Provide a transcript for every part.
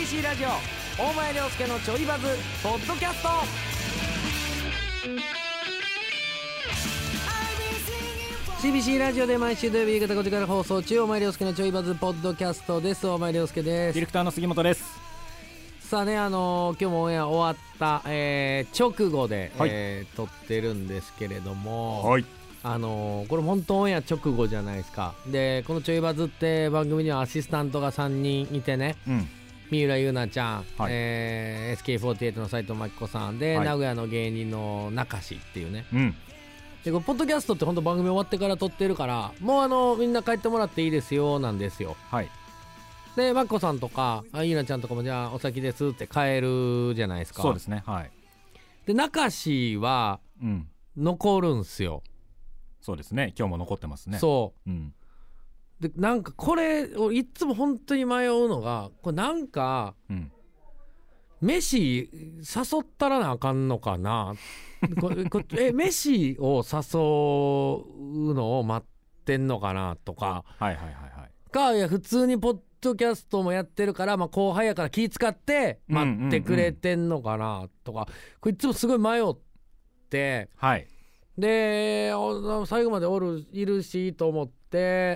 CBC ラジオ大前涼介のちょいバズポッドキャスト。CBC ラジオで毎週土曜日夕方5時から放送中、大前涼介のちょいバズポッドキャストです。大前涼介です。 ディレクターの杉本です。 さあね、今日もオンエア終わった、直後で、 はい撮ってるんですけれども、 はい。 これ本当オンエア直後じゃないですか。でこのちょいバズって番組にはアシスタントが3人いてね、三浦優奈ちゃん、 はい SK48 の斉藤真希子さんで、 はい名古屋の芸人の中志っていうね。 うん。 でこれポッドキャストって本当番組終わってから撮ってるから、もうみんな帰ってもらっていいですよなんですよ。 はい。 で真希子さんとか優奈ちゃんとかもじゃあお先ですって帰るじゃないですか。 そうですね。はい。 で中志はうん。 残るんすよ。 そうですね。今日も残ってますね。 そう。 う。ん。 でなんかこれ俺いつも本当に迷うのが、これなんかうん。 飯誘ったらなあかんのかな飯を誘うのを待ってんのかなとか、 はいはいはいはい。 かいや普通にポッドキャストもやってるから、後輩やから気使って待ってくれてんのかなとか、これいつもすごい迷って、 はい。 で最後までいるしと思って、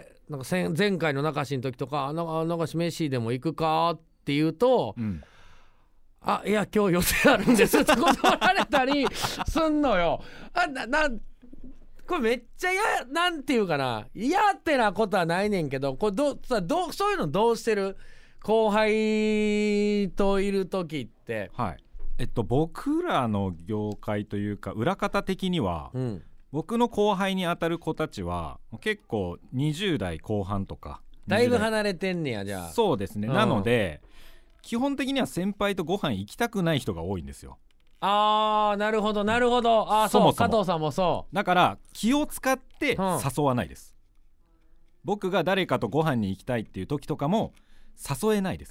なんか前回の中志の時とか中志飯でも行くかって言うと、 うん。 いや今日予定あるんですって断られたりすんのよ。これめっちゃ嫌、なんていうかな、嫌ってなことはないねんけど、これそういうのどうしてる？後輩といる時って。 はい。僕らの業界というか裏方的には、僕の後輩に当たる子たちは結構20代後半とかだいぶ離れてんねや。じゃあそうですね。なので基本的には先輩とご飯行きたくない人が多いんですよ。 なるほどなるほど。 そもそも加藤さんもそうだから気を使って誘わないです。僕が誰かとご飯に行きたいっていう時とかも誘えないです。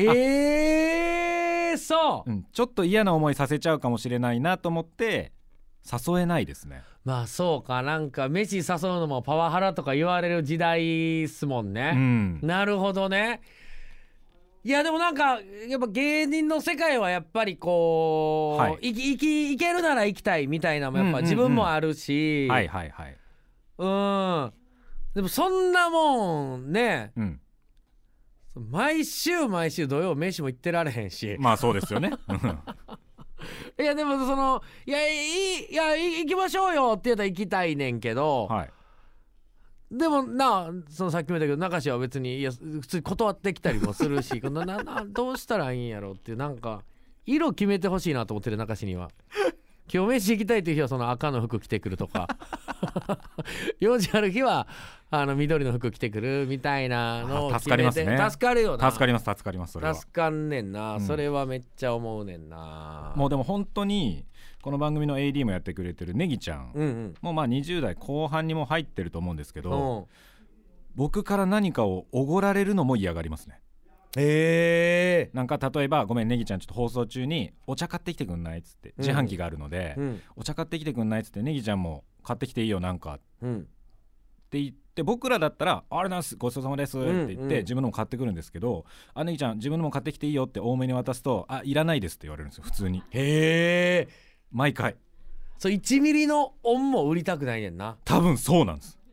そう、 ちょっと嫌な思いさせちゃうかもしれないなと思って誘えないですね。 そうか。なんか飯誘うのもパワハラとか言われる時代っすもんね。なるほどね。いやでもなんかやっぱ芸人の世界はやっぱりこう、行けるなら行きたいみたいなのもやっぱ自分もあるし、 はいはいはい。 でもそんなもんね、毎週土曜飯も行ってられへんし。 まあそうですよね。 いやでもいや行きましょうよって言ったら行きたいねんけど、でもさっきも言ったけど中志は別に普通に断ってきたりもするしどうしたらいいんやろっていう、なんか色決めてほしいなと思ってる。中志には今日飯行きたいという日はその赤の服着てくるとか用事ある日は緑の服着てくるみたいなのを決めて。 助かりますね。 助かるよな。 助かりますそれは助かんねんな、それはめっちゃ思うねんな。 もうでも本当にこの番組の AD もやってくれてるネギちゃん、もう20代後半にも入ってると思うんですけど、僕から何かをおごられるのも嫌がりますね。なんか例えばごめんネギちゃんちょっと放送中にお茶買ってきてくんないっつって、自販機があるので、お茶買ってきてくんないっつって、ネギちゃんも買ってきていいよなんか、って言って、僕らだったらあれなんすごちそうさまですって言って、自分のも買ってくるんですけど、ネギちゃん自分のも買ってきていいよって多めに渡すと、いらないですって言われるんですよ普通に。毎回。 そう1ミリの恩も売りたくないねんな。 多分そうなんです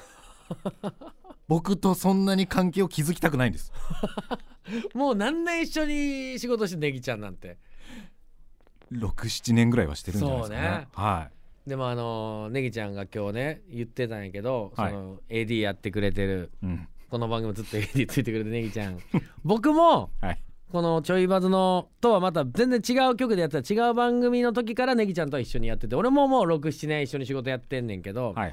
僕とそんなに関係を築きたくないんですもう何年一緒に仕事してネギちゃんなんて 6,7 年ぐらいはしてるんじゃないですかね。 はい。でもネギちゃんが今日ね言ってたんやけど、その AD やってくれてる、この番組ずっと AD ついてくれてネギちゃん僕も、このちょいバズのとはまた全然違う局でやってた違う番組の時からネギちゃんとは一緒にやってて、俺ももう 6,7 年一緒に仕事やってんねんけど、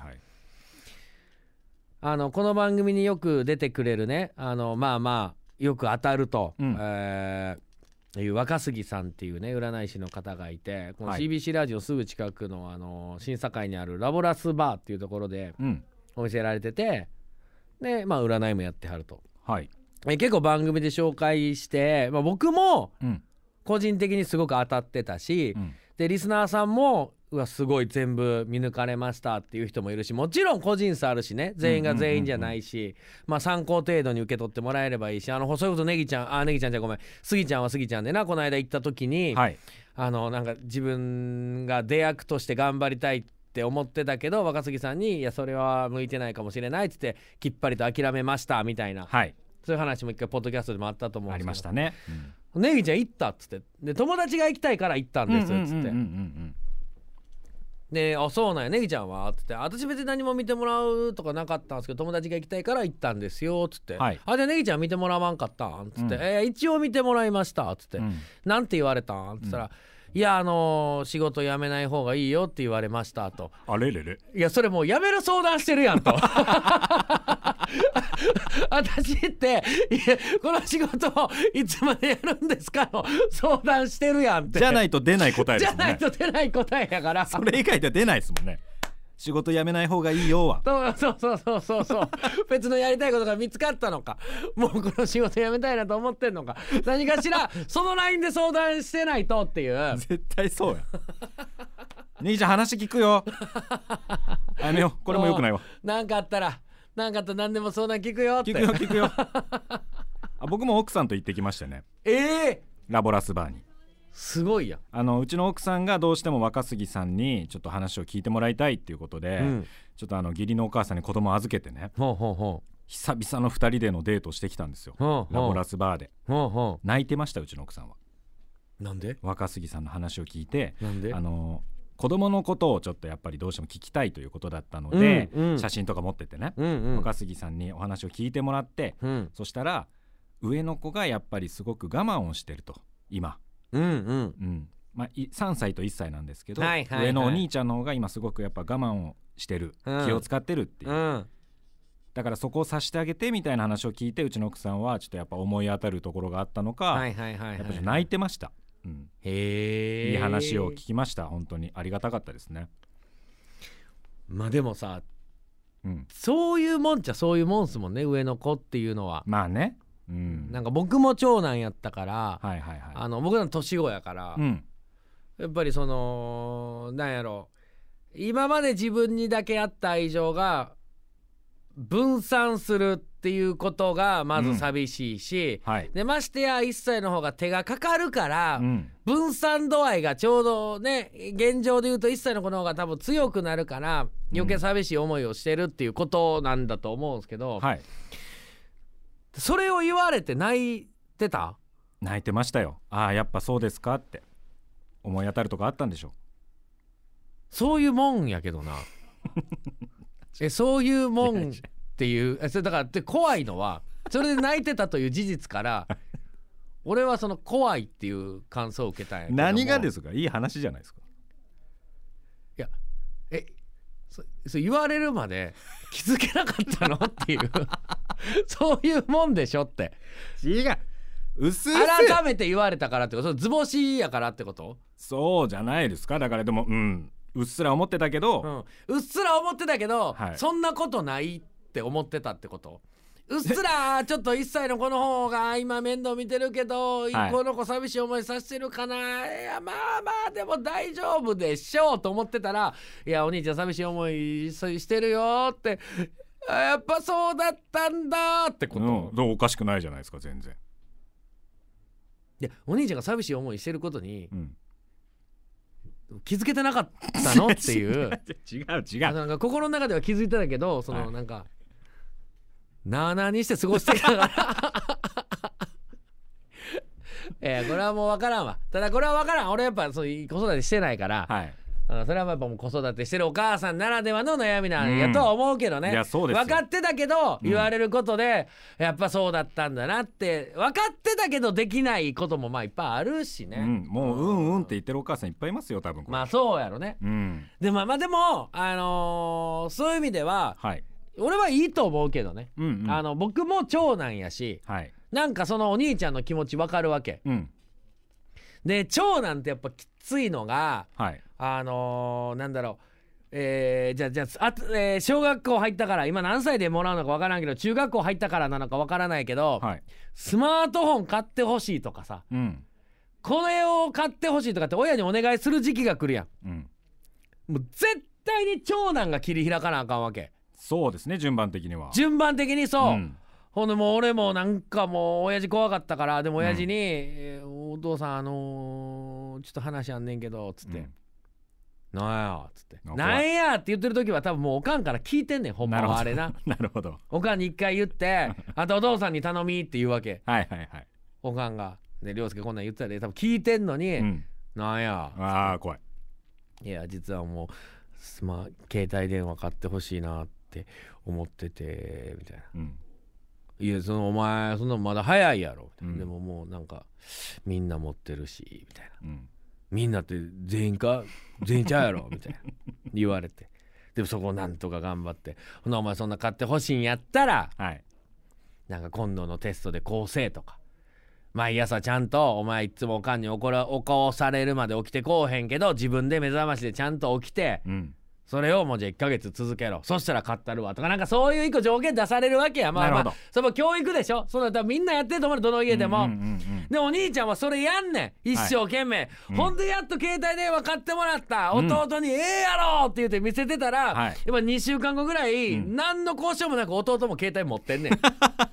この番組によく出てくれるね、よく当たると、いう若杉さんっていうね占い師の方がいて、この CBC ラジオすぐ近くの審査会にあるラボラスバーっていうところでお店やられてて、で占いもやってはると。結構番組で紹介して、僕も個人的にすごく当たってたし、でリスナーさんもはすごい全部見抜かれましたっていう人もいるし、もちろん個人差あるしね、全員が全員じゃないし、まあ参考程度に受け取ってもらえればいいし、それこそネギちゃんじゃごめん、スギちゃんはスギちゃんでな、この間行った時に、 はい、 なんか自分が出役として頑張りたいって思ってたけど、若杉さんにいやそれは向いてないかもしれないって言ってきっぱりと諦めましたみたいな、 はい、 そういう話も一回ポッドキャストでもあったと思うんですけど、 ありましたね、 ネギちゃん行ったっつって、で友達が行きたいから行ったんですっつって、であそうなんやネギちゃんはっつって、私別に何も見てもらうとかなかったんですけど友達が行きたいから行ったんですよっつって、はい、あじゃあネギちゃん見てもらわんかったんっつって、一応見てもらいましたっつって、なんて言われたんっつったら、いや仕事辞めない方がいいよって言われましたと。 あれれれ、 いやそれもう辞める相談してるやんと私っていやこの仕事をいつまでやるんですかの相談してるやんって。 じゃないと出ない答えですもんね。 じゃないと出ない答えやから、 それ以外では出ないですもんね。仕事辞めない方がいいよはそう別のやりたいことが見つかったのか、もうこの仕事辞めたいなと思ってんのか、何かしらそのラインで相談してないとっていう。 絶対そうやネギちゃん話聞くよやめよう、これもよくないわ。 なんかあったら何でも相談聞くよって。 聞くよ僕も奥さんと行ってきましたね。ラボラスバーに。 すごいや。 うちの奥さんがどうしても若杉さんにちょっと話を聞いてもらいたいっていうことで、ちょっと義理のお母さんに子供預けてね、久々の2人でのデートをしてきたんですよ、ラボラスバーで。泣いてましたうちの奥さんは。 なんで？ 若杉さんの話を聞いて、 なんで？ 子供のことをちょっとやっぱりどうしても聞きたいということだったので、写真とか持ってってね、若杉さんにお話を聞いてもらって、そしたら上の子がやっぱりすごく我慢をしてると今。まあ、3歳と1歳なんですけど、上のお兄ちゃんの方が今すごくやっぱ我慢をしてる、気を使ってるっていう、だからそこをさしてあげてみたいな話を聞いて、うちの奥さんはちょっとやっぱ思い当たるところがあったのか、やっぱ泣いてました。いい話を聞きました。本当にありがたかったですね。 まあでもさ、そういうもんちゃそういうもんすもんね、上の子っていうのは。 まあね、 なんか僕も長男やったから、僕らの年子やから、やっぱりなんやろ、今まで自分にだけあった愛情が分散するっていうことがまず寂しいし、でましてや1歳の方が手がかかるから、分散度合いがちょうどね、現状で言うと1歳の子の方が多分強くなるから余計寂しい思いをしてるっていうことなんだと思うんですけど、それを言われて泣いてた？ 泣いてましたよ。やっぱそうですかって思い当たるとかあったんでしょ。 そういうもんやけどなそういうもんっていうそれだからって怖いのは、それで泣いてたという事実から俺はその怖いっていう感想を受けたんやけども。 何がですか？いい話じゃないですか。 いやそう言われるまで気づけなかったのっていうそういうもんでしょって。 違う、 改めて言われたからってこと？図星やからってこと？ そうじゃないですか。だからでもうっすら思ってたけど、 うっすら思ってたけど、そんなことないって思ってたってこと？うっすらちょっと1歳の子の方が今面倒見てるけど、この子寂しい思いさせてるかな、いやまあでも大丈夫でしょうと思ってたら、いやお兄ちゃん寂しい思いしてるよって、やっぱそうだったんだってこと、 おかしくないじゃないですか全然。 いやお兄ちゃんが寂しい思いしてることに、気づけてなかったのっていう違うなんか心の中では気づいてたけど、なんかなあなあにして過ごしてたからこれはもう分からんわ。ただこれは分からん、俺やっぱそういう子育てしてないから、それはやっぱもう子育てしてるお母さんならではの悩みなんやとは思うけどね。 いやそうですよ。 分かってたけど言われることで、やっぱそうだったんだなって分かってたけどできないこともまあいっぱいあるしね、 もうって言ってるお母さんいっぱいいますよ多分。 まあそうやろね、でもでもそういう意味では、俺はいいと思うけどね、僕も長男やし、なんかそのお兄ちゃんの気持ち分かるわけ、で長男ってやっぱきついのが、なんだろう、じゃあ、小学校入ったから、今何歳でもらうのか分からんけど、中学校入ったからなのか分からないけど、スマートフォン買ってほしいとかさ、これを買ってほしいとかって親にお願いする時期が来るやん、 もう絶対に長男が切り開かなあかんわけ。 そうですね、順番的には。 順番的にそう、 うん、 ほんでもう俺もなんかもう親父怖かったから、でも親父に、お父さんちょっと話あんねんけどつって、なんやっつって、なんやって言ってる時は多分もうおかんから聞いてんねん、ほんまはあれな。 なるほど。 おかんに一回言ってあとお父さんに頼みって言うわけ。 はいはいはい。 おかんがで、涼介こんなん言ってたで多分聞いてんのに、なんや、 ああ怖い。 いや実はもう携帯電話買ってほしいなって思っててみたいな、いやお前そんなまだ早いやろ、でももうなんかみんな持ってるしみたいな、みんなって全員ちゃうやろみたいな言われて、でもそこをなんとか頑張って、ほなお前そんな買ってほしいんやったら、なんか今度のテストでこうせえとか、毎朝ちゃんとお前いつもおかんに起こされるまで起きてこうへんけど自分で目覚ましでちゃんと起きて、それをもうじゃあ1ヶ月続けろ、そしたら買ったるわとか、なんかそういう一個条件出されるわけや。まあその教育でしょ、そんな多分みんなやってると思う、どの家でも、でお兄ちゃんはそれやんねん一生懸命、ほんでやっと携帯電話買ってもらった、弟にええやろって言って見せてたら、やっぱ2週間後ぐらい、何の交渉もなく弟も携帯持ってんねん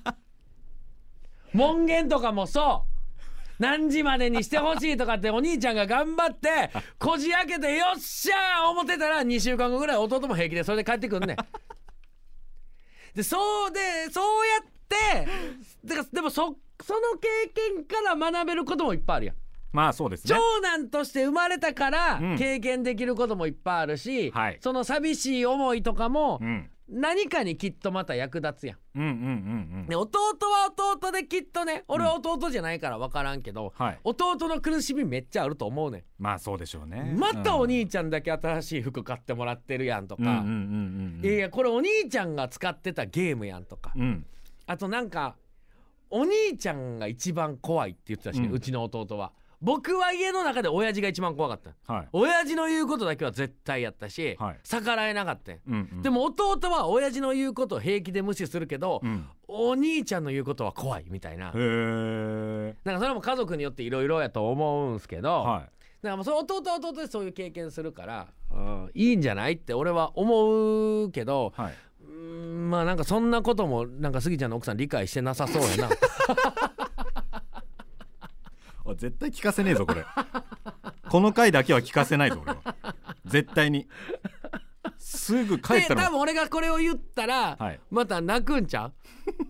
門限とかもそう何時までにしてほしいとかってお兄ちゃんが頑張ってこじ開けてよっしゃー思ってたら2週間後ぐらい弟も平気でそれで帰ってくんねんでそうやってでもその経験から学べることもいっぱいあるやん。 まあそうですね、 長男として生まれたから経験できることもいっぱいあるし、その寂しい思いとかも、何かにきっとまた役立つやん。で弟は弟できっとね、俺は弟じゃないから分からんけど、弟の苦しみめっちゃあると思うねん。 まあそうでしょうね。 またお兄ちゃんだけ新しい服買ってもらってるやんとか、いやこれお兄ちゃんが使ってたゲームやんとか、あとなんかお兄ちゃんが一番怖いって言ってたしね、うちの弟は。僕は家の中で親父が一番怖かった、親父の言うことだけは絶対やったし、逆らえなかったん、でも弟は親父の言うことを平気で無視するけど、お兄ちゃんの言うことは怖いみたいな。なんかそれも家族によっていろいろやと思うんすけど、だからもうそれ弟は弟でそういう経験するから、いいんじゃないって俺は思うけど、まあなんかそんなこともなんかスギちゃんの奥さん理解してなさそうやな絶対聞かせねえぞこれこの回だけは聞かせないぞ俺は絶対に。すぐ帰ったら多分俺がこれを言ったら、また泣くんちゃう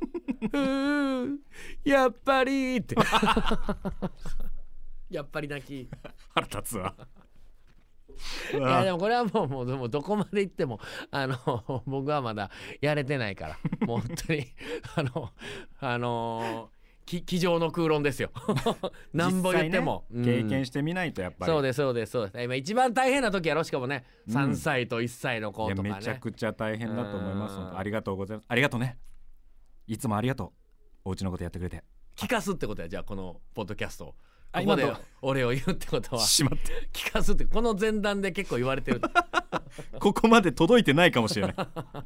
やっぱりってやっぱり泣き腹立つわいやでもこれはもうどこまで行っても僕はまだやれてないからもう本当に机上の空論ですよなんぼ言っても、 経験してみないとやっぱり、 そうです今一番大変な時やろ。しかもね、3歳と1歳の子とかね。 いやめちゃくちゃ大変だと思います。ありがとうございます。ありがとうね、いつもありがとう。お家のことやってくれて聞かすってことや。じゃあこのポッドキャストをここで俺を言うってことはしまって聞かすってこの前段で結構言われてるここまで届いてないかもしれない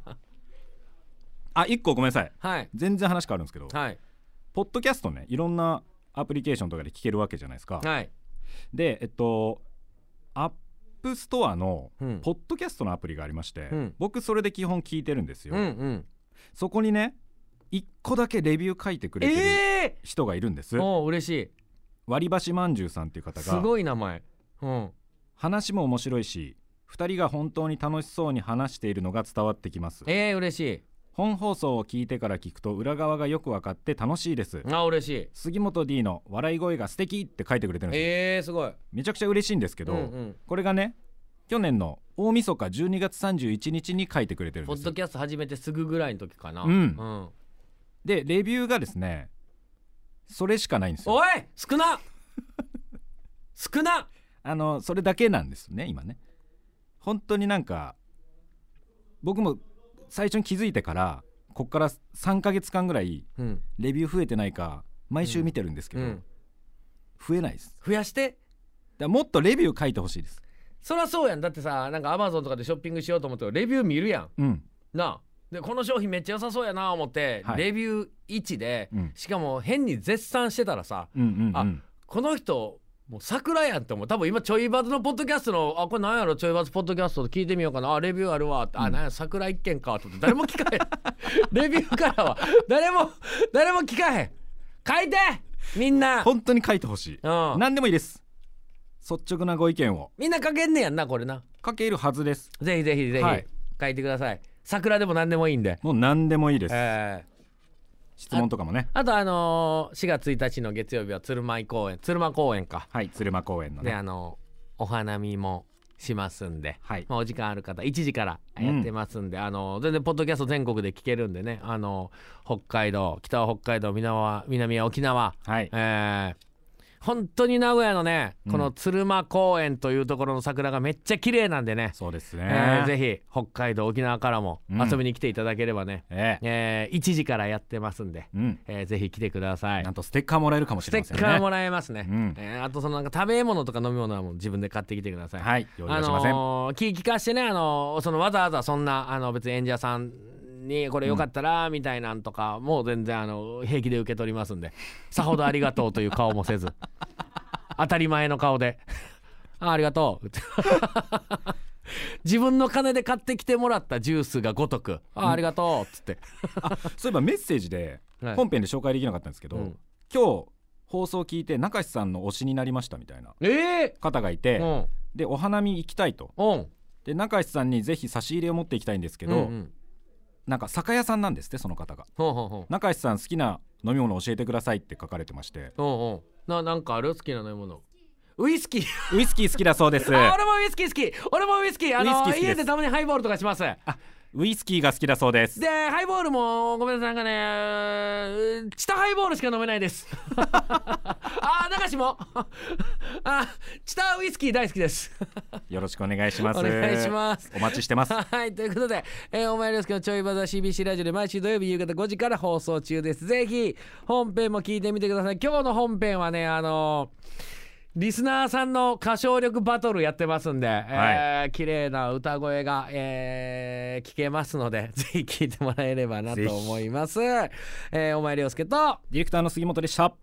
1個ごめんなさい、全然話変わるんですけど、ポッドキャストね、いろんなアプリケーションとかで聞けるわけじゃないですか、でアップストアのポッドキャストのアプリがありまして、僕それで基本聞いてるんですよ、そこにね1個だけレビュー書いてくれてる人がいるんです、 嬉しい。 割り箸まんじゅうさんっていう方が、 すごい名前、 話も面白いし2人が本当に楽しそうに話しているのが伝わってきます。 嬉しい。 本放送を聞いてから聞くと裏側がよく分かって楽しいです。 嬉しい。 杉本 D の笑い声が素敵って書いてくれてるんですよ。 すごい。 めちゃくちゃ嬉しいんですけど、これがね去年の大晦日12月31日に書いてくれてるんです。 ポッドキャスト始めてすぐぐらいの時かな、でレビューがですねそれしかないんですよ。 おい少な少なそれだけなんですね今ね。本当になんか僕も最初に気づいてからこっから3ヶ月間ぐらいレビュー増えてないか毎週見てるんですけど、増えないです。 増やして。 だもっとレビュー書いてほしいです。 そりゃそうやん。だってさ、なんか Amazon とかでショッピングしようと思ってレビュー見るやん、なあ。でこの商品めっちゃ良さそうやな思って、レビュー1で、しかも変に絶賛してたらさ、この人もう桜やんって思う。多分今ちょいバズのポッドキャストのこれなんやろちょいバズポッドキャスト聞いてみようかな、レビューあるわって、なんや桜一件かと思って誰も聞かへんレビューからは誰も聞かへん。書いてみんな本当に書いてほしい、何でもいいです。率直なご意見をみんな書けんねやんな。これな書けるはずです。 ぜひぜひぜひ、書いてください。桜でも何でもいいんで、 もう何でもいいです、質問とかもね。 あと4月1日の月曜日は鶴間公園か、 鶴間公園のねでお花見もしますんで、お時間ある方1時からやってますんで、全然ポッドキャスト全国で聞けるんでね、北海道、北は北海道、南は沖縄、本当に名古屋のねこの鶴間公園というところの桜がめっちゃ綺麗なんでね、 そうですね、 ぜひ北海道沖縄からも遊びに来ていただければね、1時からやってますんで、ぜひ来てください。 なんとステッカーもらえるかもしれませんね。 ステッカーもらえますね、あとなんか食べ物とか飲み物はもう自分で買ってきてください。 用意はしません。 聞かしてね、わざわざそんな別に演者さんにこれよかったらみたいなんとか、もう全然平気で受け取りますんで、さほどありがとうという顔もせず当たり前の顔でありがとう自分の金で買ってきてもらったジュースがごとくありがとうっつってそういえばメッセージで本編で紹介できなかったんですけど、今日放送聞いて中志さんの推しになりましたみたいな方がいて、でお花見行きたいと、で中志さんにぜひ差し入れを持っていきたいんですけど、なんか酒屋さんなんですって、その方が。中志さん好きな飲み物教えてくださいって書かれてまして、 なんかある好きな飲み物。ウイスキーウイスキー好きだそうです俺もウイスキー好き。俺もウイスキー家でたまにハイボールとかします。 ウイスキーが好きだそうです。 でハイボールもごめんなさい、なんかねチタハイボールしか飲めないです中志もチタウイスキー大好きですよろしくお願いします。 お願いします。 お待ちしてますはい、ということで、お前ですけどちょいバズは CBC ラジオで毎週土曜日夕方5時から放送中です。ぜひ本編も聞いてみてください。今日の本編はねリスナーさんの歌唱力バトルやってますんで、綺麗な歌声が、聞けますのでぜひ聞いてもらえればなと思います。お前涼介とディレクターの杉本でした。